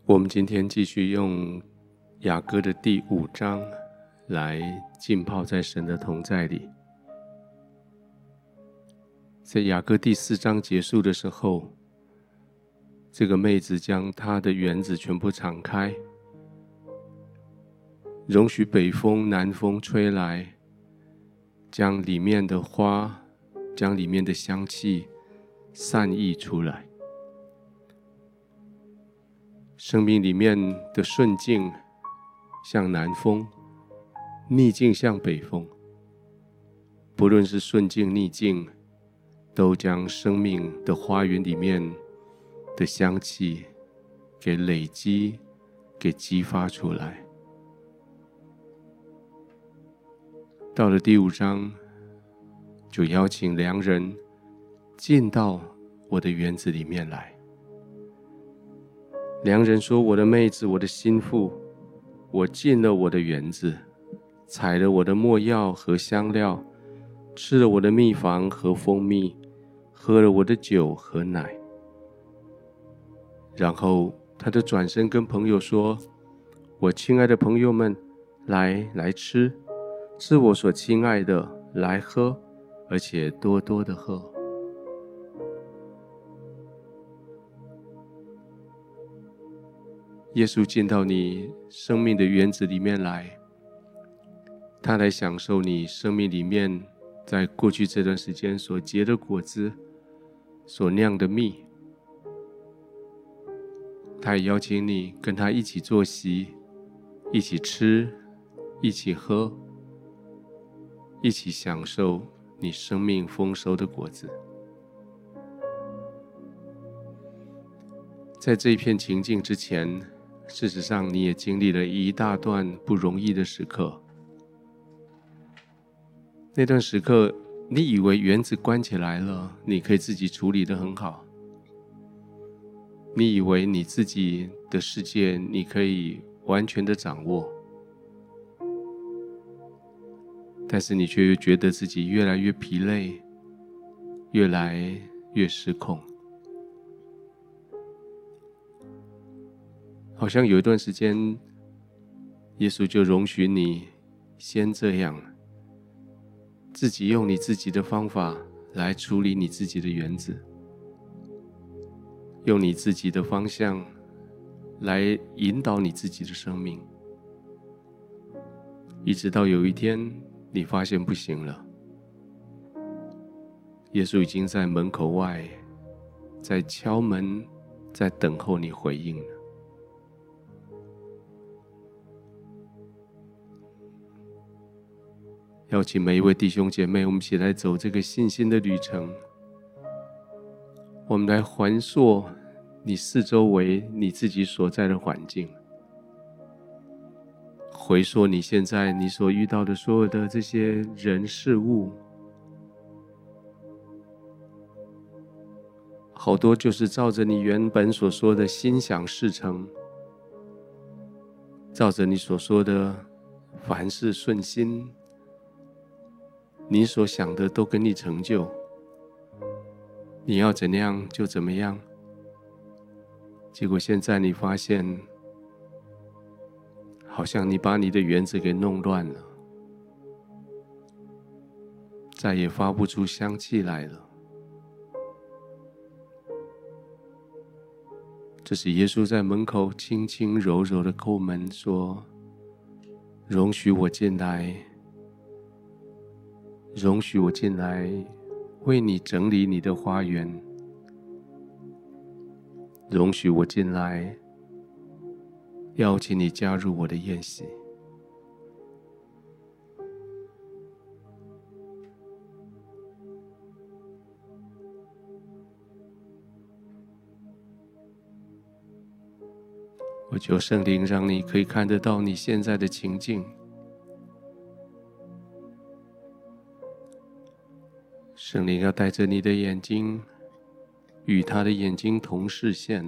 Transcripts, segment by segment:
我们今天继续用雅歌的第5章来浸泡在神的同在里。在雅歌第4章结束的时候，这个妹子将她的园子全部敞开，容许北风南风吹来，将里面的花，将里面的香气散溢出来。生命里面的顺境像南风，逆境像北风，不论是顺境逆境，都将生命的花园里面的香气给累积，给激发出来。到了第5章，就邀请良人进到我的园子里面来。良人说：我的妹子，我的心腹，我进了我的园子，采了我的没药和香料，吃了我的蜜房和蜂蜜，喝了我的酒和奶。然后他就转身跟朋友说：我亲爱的朋友们，来吃我所亲爱的，来喝，而且多多的喝。耶稣进到你生命的园子里面来，他来享受你生命里面在过去这段时间所结的果子，所酿的蜜。他也邀请你跟他一起坐席，一起吃，一起喝，一起享受你生命丰收的果子。在这一片情境之前，事实上你也经历了一大段不容易的时刻。那段时刻，你以为园子关起来了，你可以自己处理得很好，你以为你自己的世界你可以完全的掌握，但是你却觉得自己越来越疲累，越来越失控。好像有一段时间，耶稣就容许你先这样，自己用你自己的方法来处理你自己的园子，用你自己的方向来引导你自己的生命，一直到有一天你发现不行了，耶稣已经在门口外，在敲门，在等候你回应了。邀请每一位弟兄姐妹，我们一起来走这个信心的旅程。我们来环溯你四周围你自己所在的环境，回溯你现在你所遇到的所有的这些人事物，好多就是照着你原本所说的心想事成，照着你所说的凡事顺心，你所想的都跟你成就，你要怎样就怎么样。结果现在你发现，好像你把你的园子给弄乱了，再也发不出香气来了。这是耶稣在门口轻轻柔柔的叩门说：容许我进来，容许我进来，为你整理你的花园。容许我进来，邀请你加入我的宴席。我求圣灵让你可以看得到你现在的情境，圣灵要带着你的眼睛与他的眼睛同视线，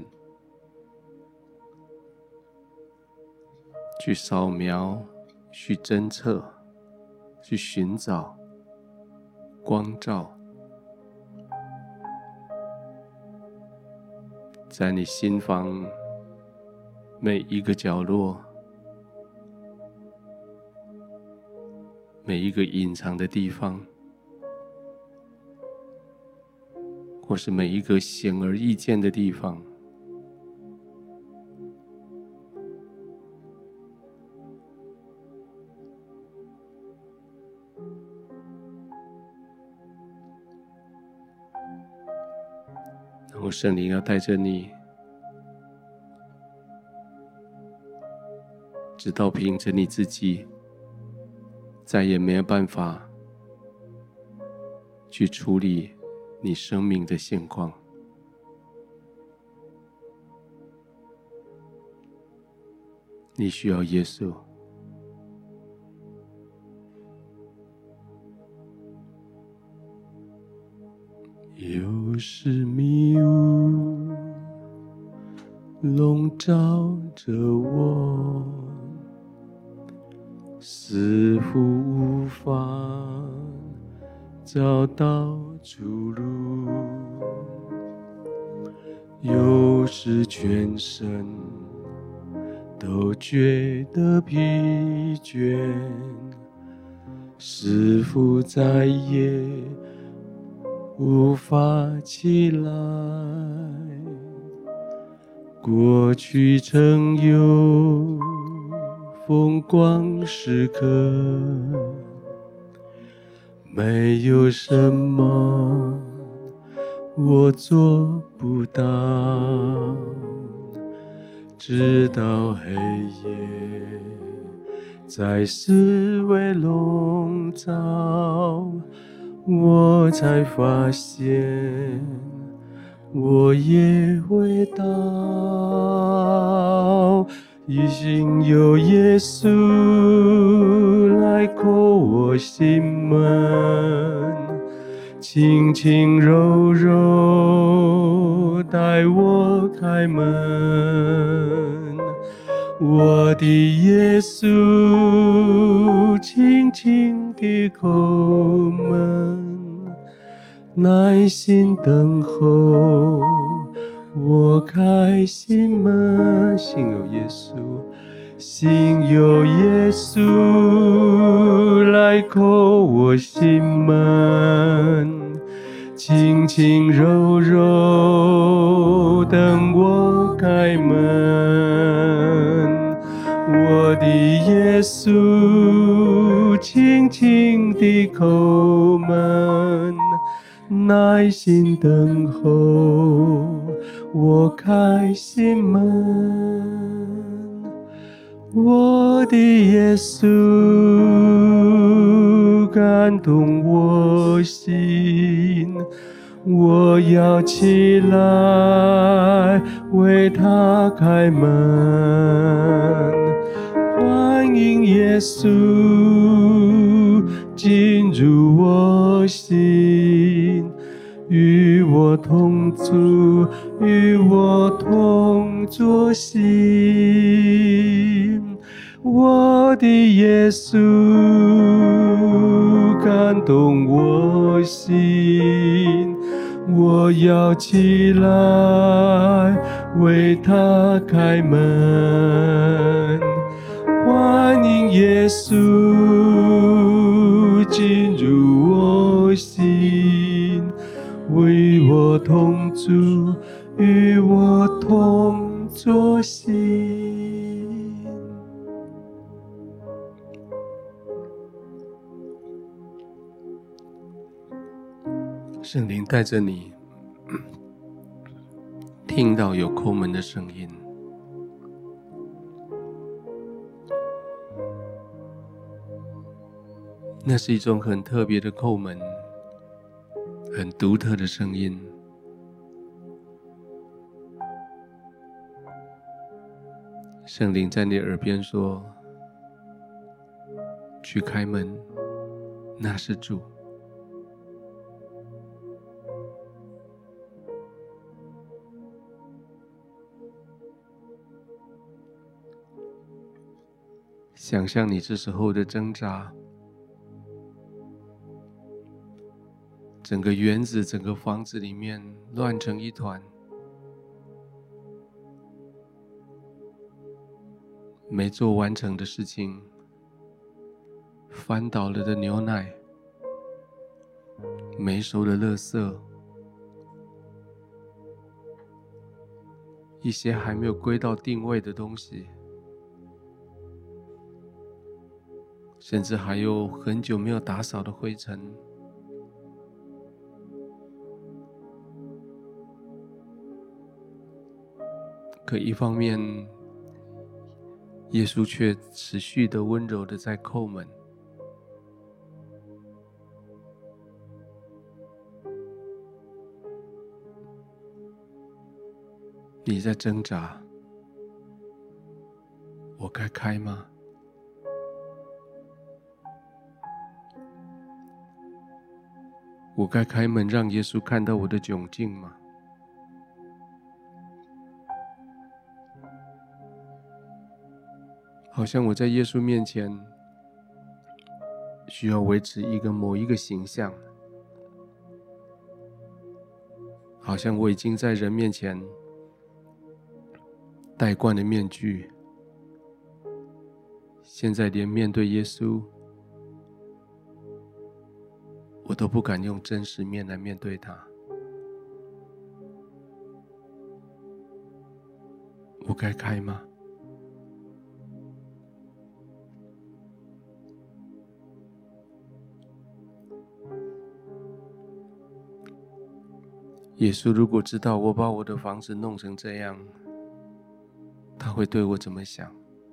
去扫描，去侦测，去寻找光照，在你心房每一个角落，每一个隐藏的地方，或是每一个显而易见的地方，然后圣灵要带着你，直到凭着你自己再也没有办法去处理你生命的现况。你需要耶稣。有时迷雾笼罩着我，似乎无法找到出路，有时全身都觉得疲倦，似乎再也无法起来。过去曾有风光时刻，没有什么我做不到，直到黑夜在思维笼罩，我才发现我也未到。一心有耶稣来叩我心门，轻轻柔柔带我开门。我的耶稣轻轻地叩门，耐心等候我开心门。心有耶稣，心有耶稣来叩我心门，轻轻柔柔等我开门。我的耶稣轻轻地叩门，耐心等候我开心门。我的耶稣感动我心，我要起来为他开门。欢迎耶稣进入我心，与我同住，与我同作心。我的耶稣感动我心，我要起来为他开门。欢迎耶稣进入我心，与我同住，与我同作心。圣灵带着你听到有叩门的声音，那是一种很特别的叩门，很独特的声音。圣灵在你耳边说：去开门，那是主。想象你这时候的挣扎，整个园子、整个房子里面乱成一团， 没做完成的事情，翻倒了的牛奶，没收的垃圾，一些还没有归到定位的东西，甚至还有很久没有打扫的灰尘。可一方面，耶稣却持续的温柔的在叩门。你在挣扎，我该开吗？我该开门让耶稣看到我的窘境吗？好像我在耶稣面前需要维持某一个形象，好像我已经在人面前戴惯了面具，现在连面对耶稣，我都不敢用真实面来面对他。我该开吗？耶稣如果知道我把我的房子弄成这样，他会对我怎么想？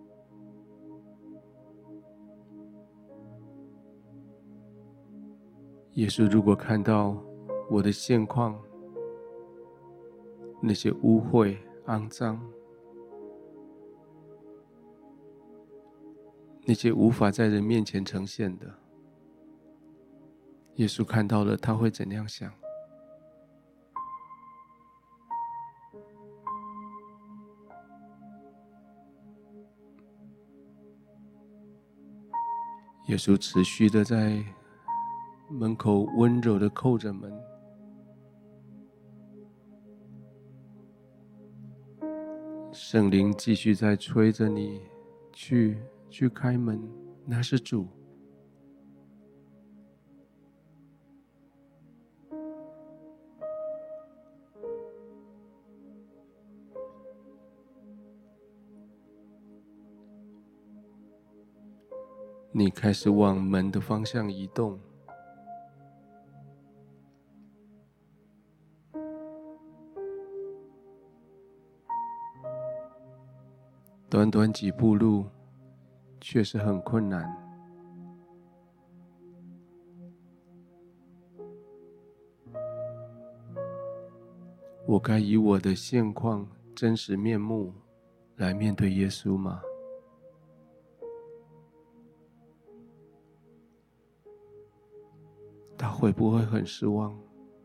耶稣如果看到我的现况，那些污秽、肮脏，那些无法在人面前呈现的，耶稣看到了，他会怎样想？耶稣持续的在门口温柔的叩着门，圣灵继续在催着你去开门，那是主。你开始往门的方向移动，短短几步路，确实很困难。我该以我的现况、真实面目来面对耶稣吗？他会不会很失望？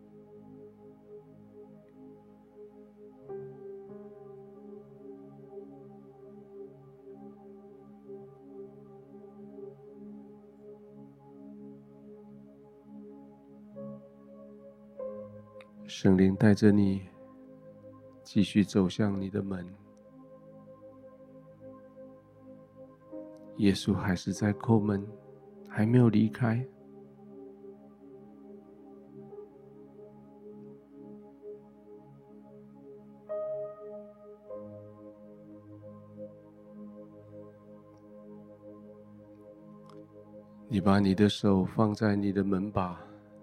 圣灵带着你继续走向你的门，耶稣还是在叩门，还没有离开。你把你的手放在你的门把，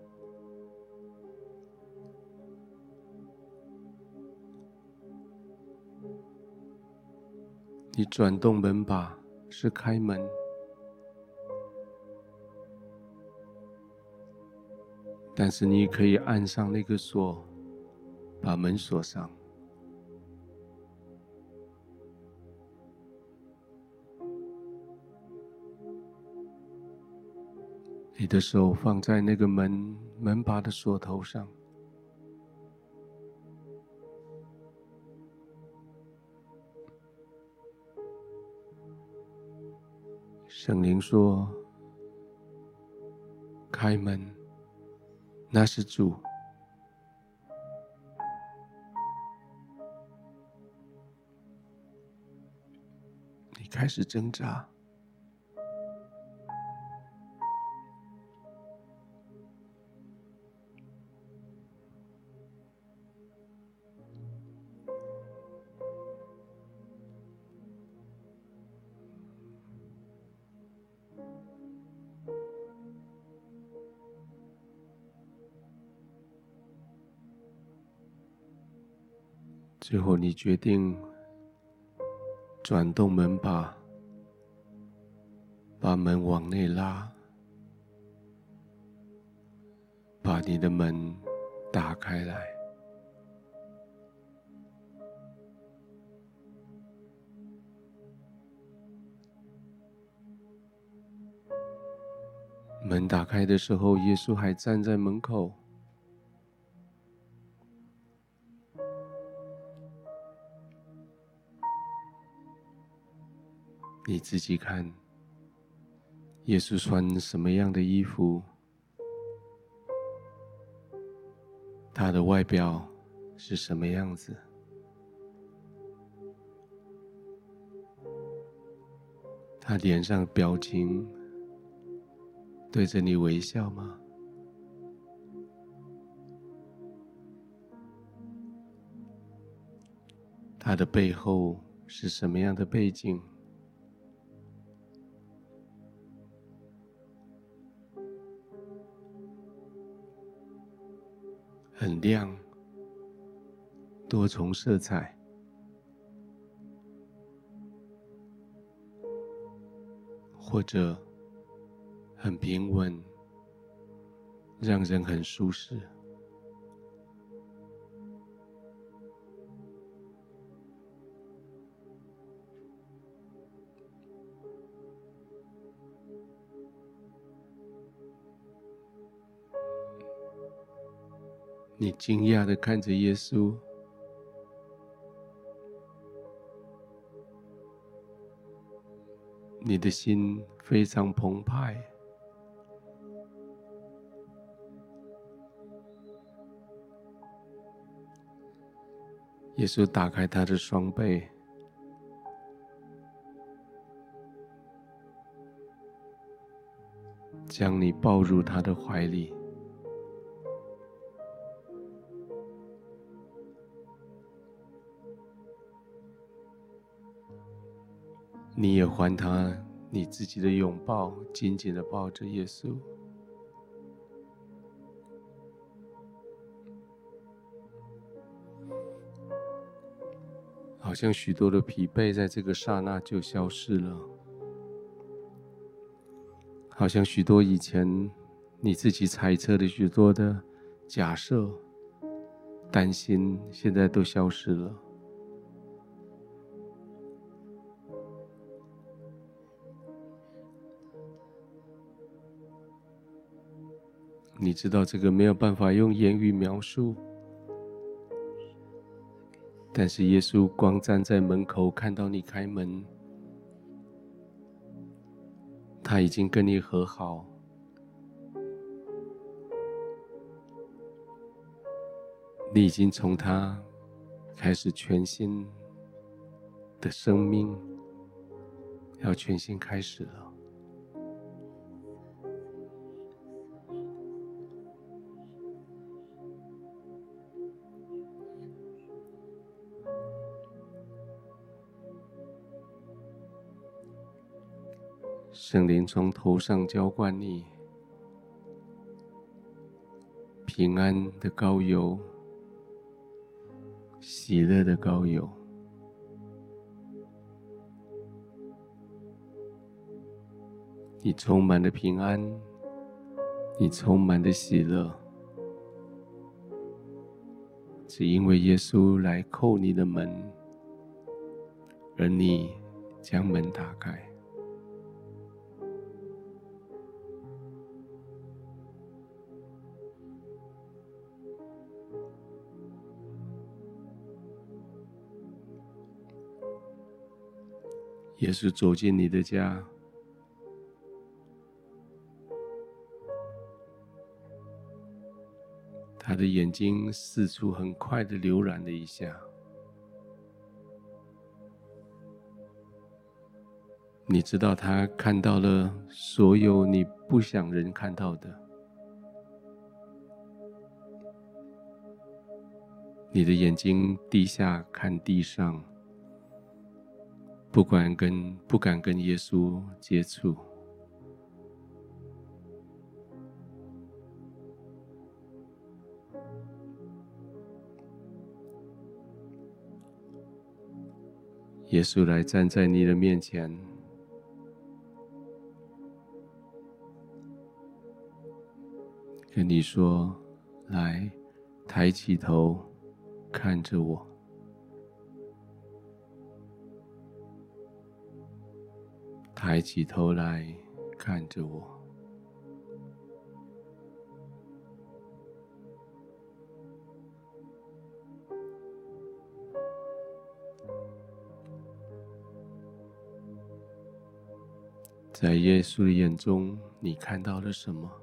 你转动门把是开门，但是你可以按上那个锁，把门锁上。你的手放在那个门把的锁头上，圣灵说：“开门，那是主。” 你开始挣扎，最后你决定转动门把，把门往内拉，把你的门打开来。门打开的时候，耶稣还站在门口。你自己看，耶稣穿什么样的衣服？他的外表是什么样子？他脸上的表情对着你微笑吗？他的背后是什么样的背景？很亮，多重色彩，或者很平稳，让人很舒适。你惊讶地看着耶稣，你的心非常澎湃。耶稣打开他的双臂，将你抱入他的怀里。你也还他你自己的拥抱，紧紧地抱着耶稣。好像许多的疲惫在这个刹那就消失了，好像许多以前你自己猜测的许多的假设、担心，现在都消失了。你知道这个没有办法用言语描述，但是耶稣光站在门口看到你开门，他已经跟你和好，你已经从他开始全新的生命，要全新开始了。圣灵从头上浇灌你，平安的膏油，喜乐的膏油。你充满了平安，你充满了喜乐，只因为耶稣来叩你的门，而你将门打开。耶稣走进你的家，他的眼睛四处很快地浏览了一下， 你知道他看到了所有你不想人看到的。你的眼睛低下看地上，不敢跟耶稣接触。耶稣来站在你的面前，跟你说：来，抬起头，看着我。抬起头来，看着我。在耶稣的眼中，你看到了什么？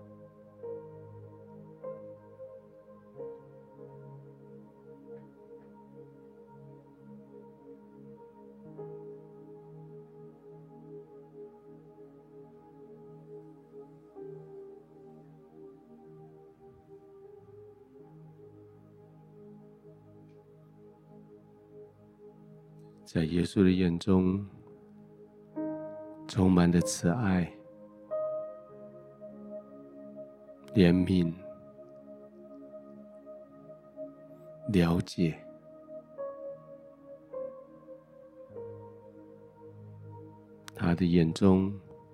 在耶稣的眼中，充满了慈爱、怜悯、了解。他的眼中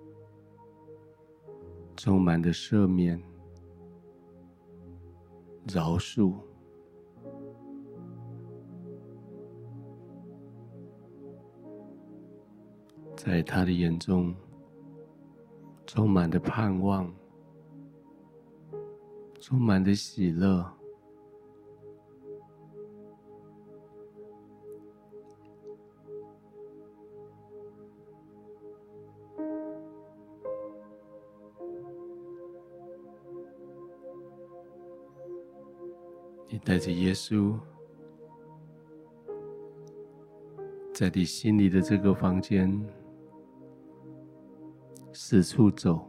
充满了赦免、饶恕。在他的眼中充满了盼望，充满了喜乐。你带着耶稣，在你心里的这个房间四处走，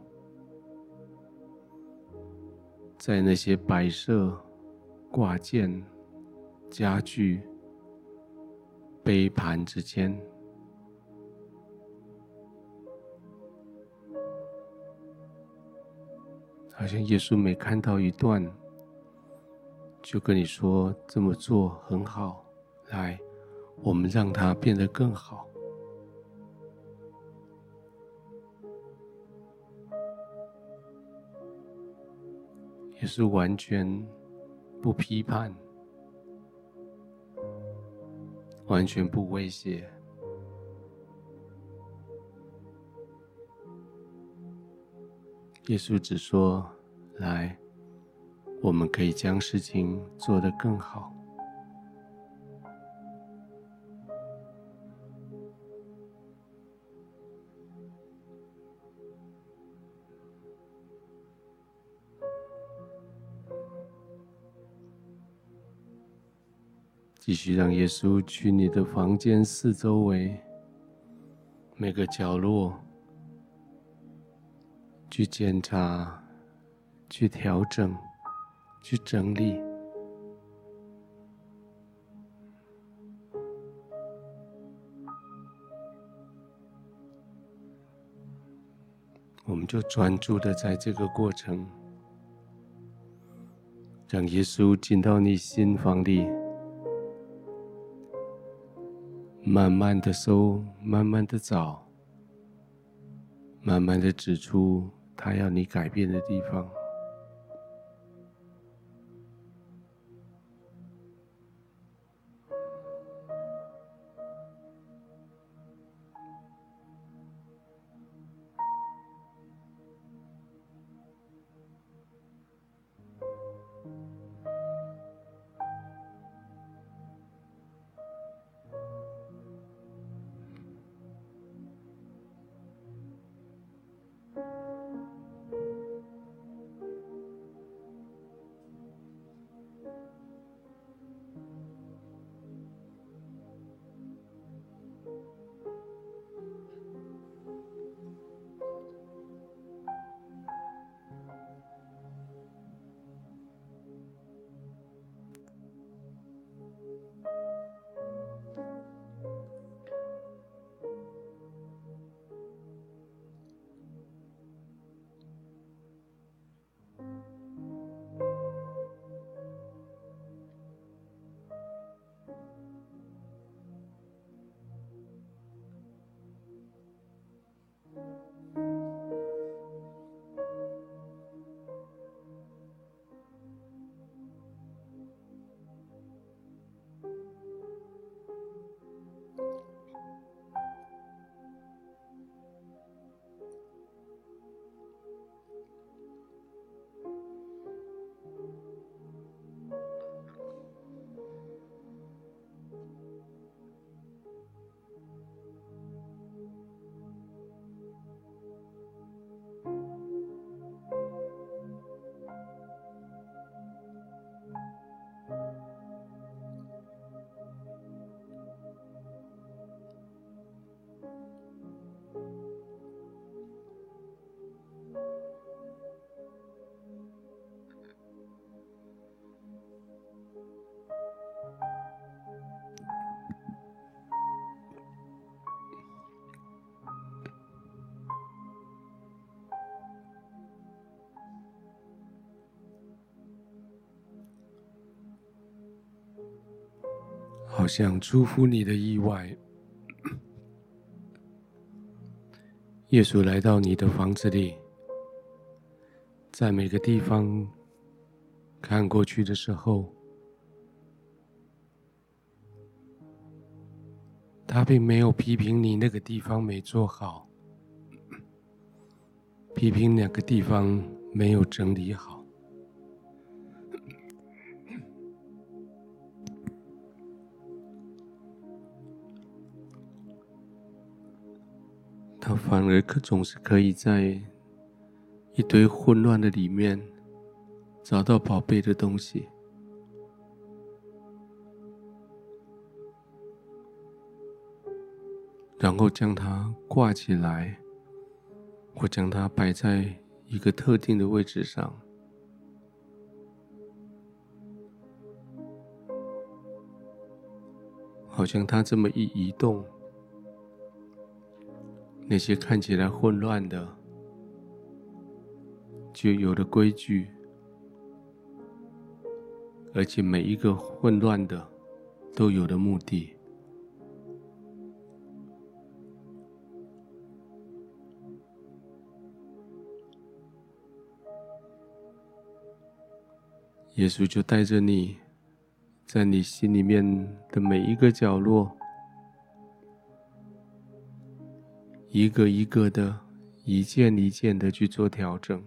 在那些摆设、挂件、家具、杯盘之间，好像耶稣每看到一段，就跟你说这么做很好，来，我们让它变得更好。也是完全不批判，完全不威胁。耶稣只说：来，我们可以将事情做得更好。继续让耶稣去你的房间四周围每个角落去检查，去调整，去整理。我们就专注的在这个过程，让耶稣进到你心房里，慢慢的搜，慢慢的找，慢慢的指出他要你改变的地方。 好像出乎你的意外。耶稣来到你的房子里，在每个地方看过去的时候，他并没有批评你那个地方没做好，批评哪个地方没有整理好。他反而总是可以在一堆混乱的里面找到宝贝的东西，然后将它挂起来，或将它摆在一个特定的位置上。好像它这么一移动，那些看起来混乱的就有了规矩，而且每一个混乱的都有了目的。耶稣就带着你，在你心里面的每一个角落，一个一个的，一件一件的去做调整。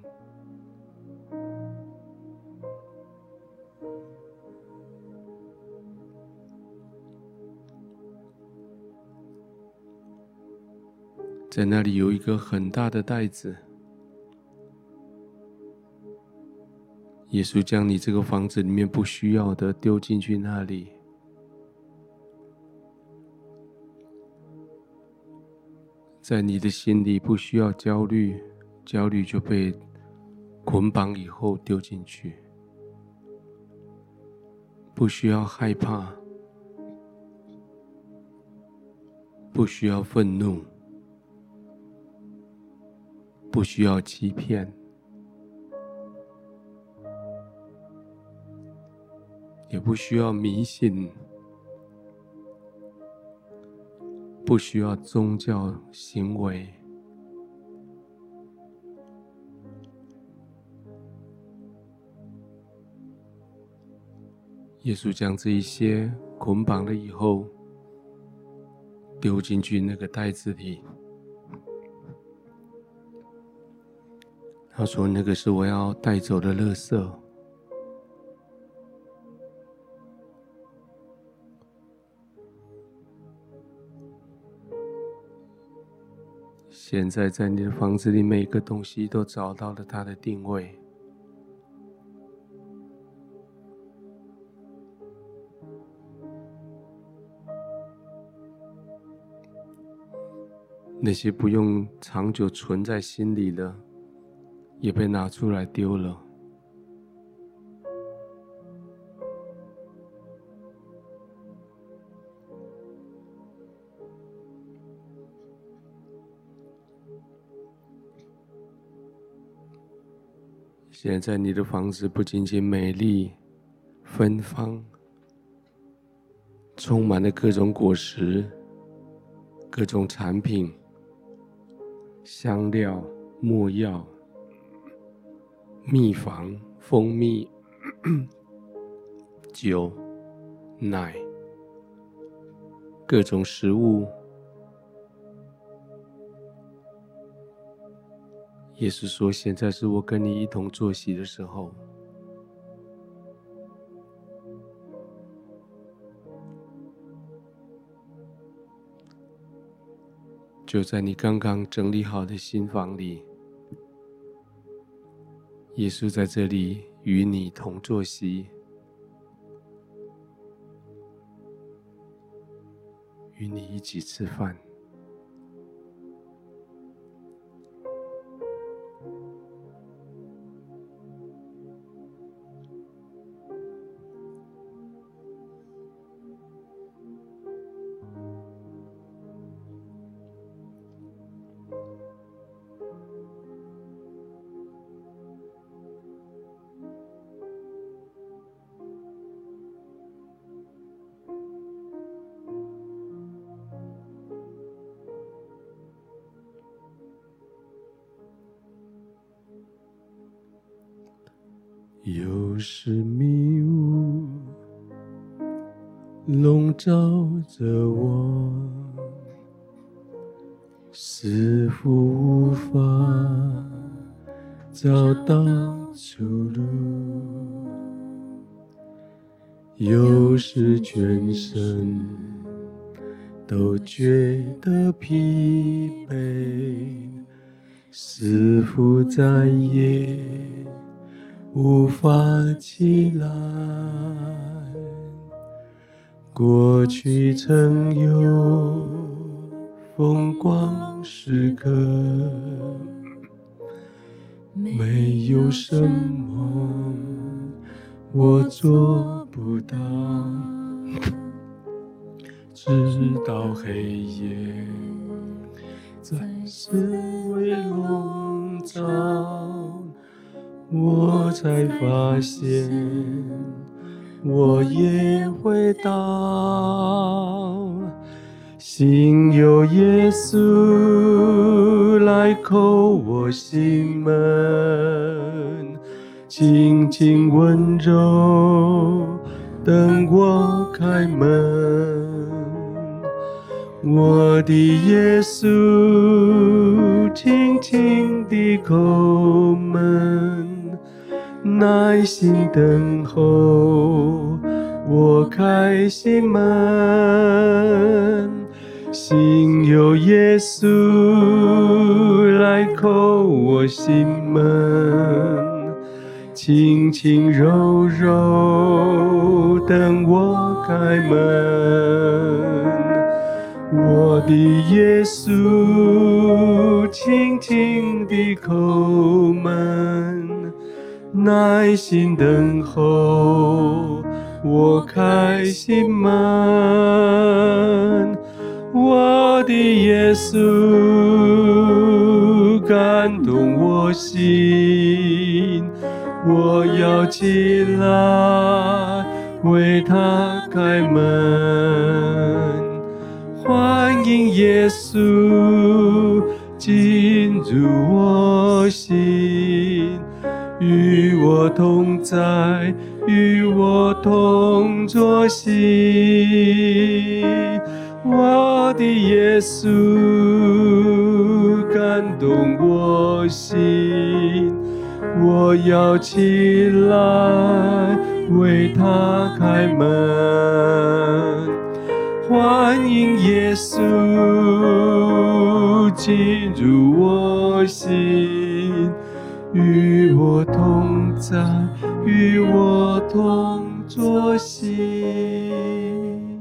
在那里有一个很大的袋子，耶稣将你这个房子里面不需要的丢进去那里，在你的心里不需要焦虑，焦虑就被捆绑以后丢进去，不需要害怕，不需要愤怒，不需要欺骗，也不需要迷信，不需要宗教行为。耶稣将这一些捆绑了以后，丢进去那个袋子里。他说：“那个是我要带走的垃圾。”现在在你的房子里，每一个东西都找到了它的定位。那些不用长久存在心里的，也被拿出来丢了。现在你的房子不仅仅美丽、芬芳，充满了各种果实、各种产品、香料、没药、蜜房、蜂蜜、酒、奶，各种食物。耶稣说：“现在是我跟你一同坐席的时候。”就在你刚刚整理好的新房里，耶稣在这里与你同坐席，与你一起吃饭。 有时迷雾笼罩着我，似乎无法找到出路，有时全身都觉得疲惫，似乎再也无法起来。过去曾有风光时刻，没有什么我做不到，直到黑夜在思维笼罩，我才发现我也会到。心有耶稣来叩我心门，轻轻温柔等我开门。我的耶稣轻轻地叩门，耐心等候我开心门。心有耶稣来叩我心门，轻轻柔柔等我开门。我的耶稣轻轻地叩门，耐心等候我开心门。我的耶稣感动我心，我要起来为他开门。欢迎耶稣进入我心，与我同在，与我同作息。我的耶稣感动我心，我要起来为他开门。欢迎耶稣进入我心，与我同在，与我同作息。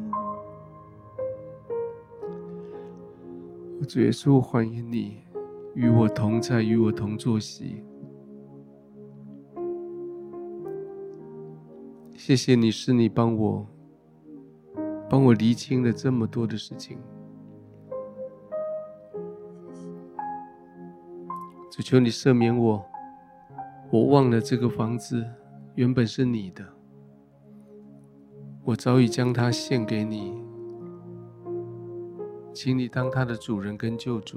主耶稣，欢迎你与我同在，与我同作息。谢谢你，是你帮我厘清了这么多的事情。主，求你赦免我忘了这个房子原本是你的，我早已将它献给你，请你当它的主人跟救主。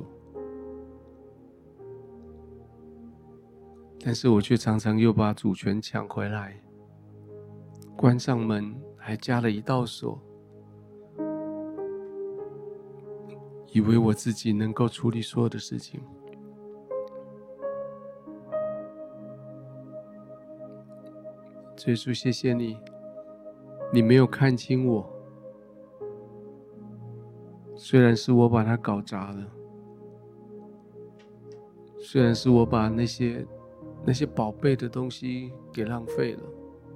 但是我却常常又把主权抢回来，关上门，还加了一道锁，以为我自己能够处理所有的事情。耶稣，谢谢你，你没有看清我，虽然是我把它搞砸了，虽然是我把那些宝贝的东西给浪费了，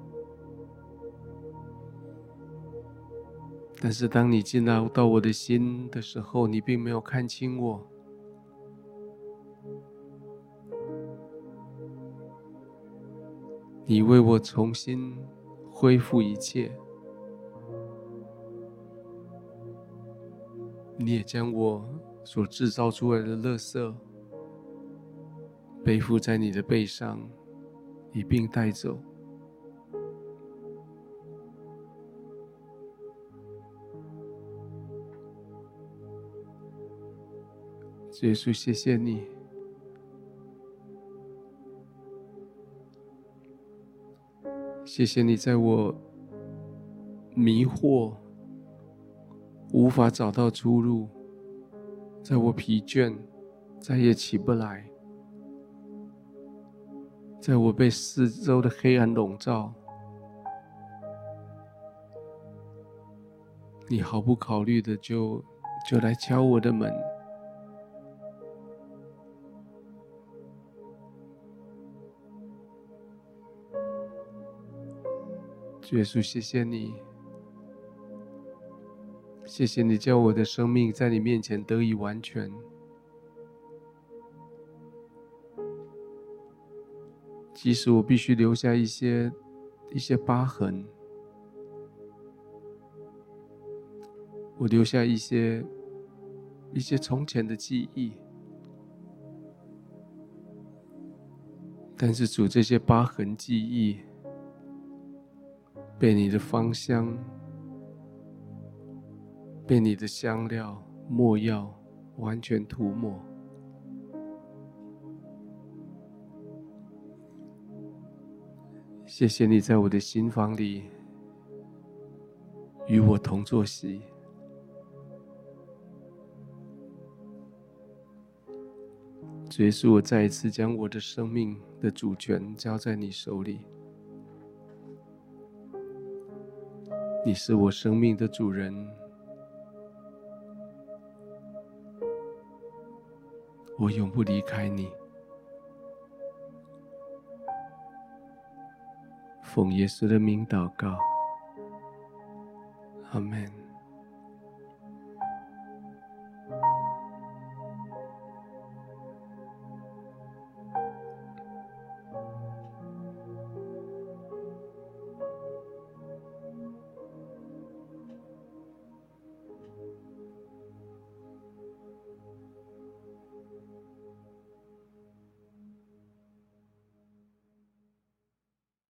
但是当你进到我的心的时候，你并没有看清我。你为我重新恢复一切，你也将我所制造出来的垃圾背负在你的背上，一并带走。耶稣，谢谢你， 谢谢你在我迷惑、无法找到出路，在我疲倦、再也起不来，在我被四周的黑暗笼罩，你毫不考虑的就来敲我的门。耶稣，谢谢你，谢谢你叫我的生命在你面前得以完全。即使我必须留下一些疤痕，我留下一些从前的记忆，但是主，这些疤痕记忆被你的芳香，被你的香料、没药完全涂抹。谢谢你在我的心房里与我同坐席。主耶稣，我再一次将我的生命的主权交在你手里。你是我生命的主人，我永不离开你。奉耶稣的名祷告，阿们。